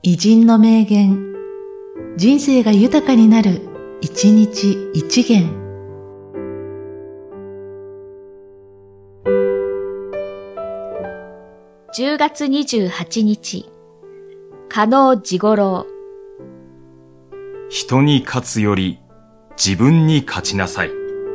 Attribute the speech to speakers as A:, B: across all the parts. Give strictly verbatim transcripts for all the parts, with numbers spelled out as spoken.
A: 偉人の名言、人生が豊かになる、一日一元。
B: じゅうがつにじゅうはちにち、加納治五郎。
C: 人に勝つより自分に勝ちなさい。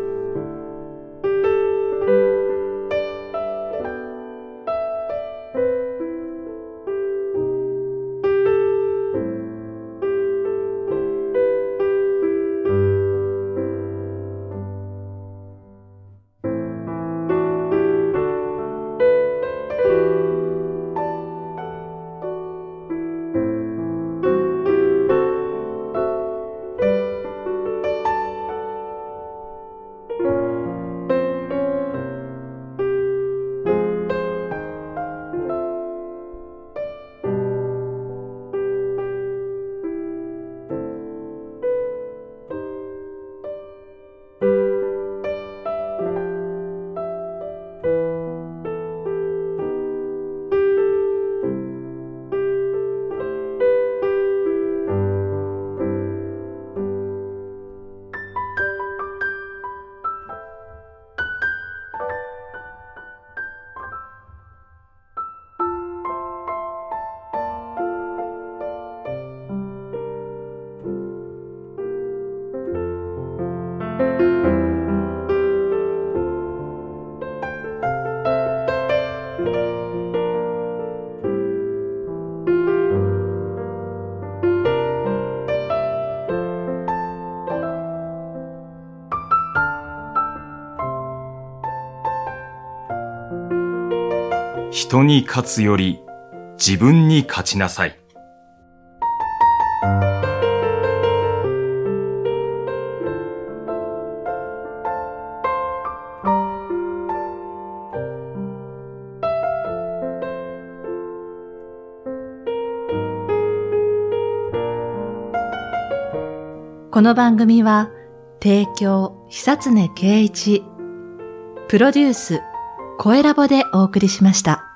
C: 人に勝つより自分に勝ちなさい。
A: この番組は提供久常圭一、プロデュース声ラボでお送りしました。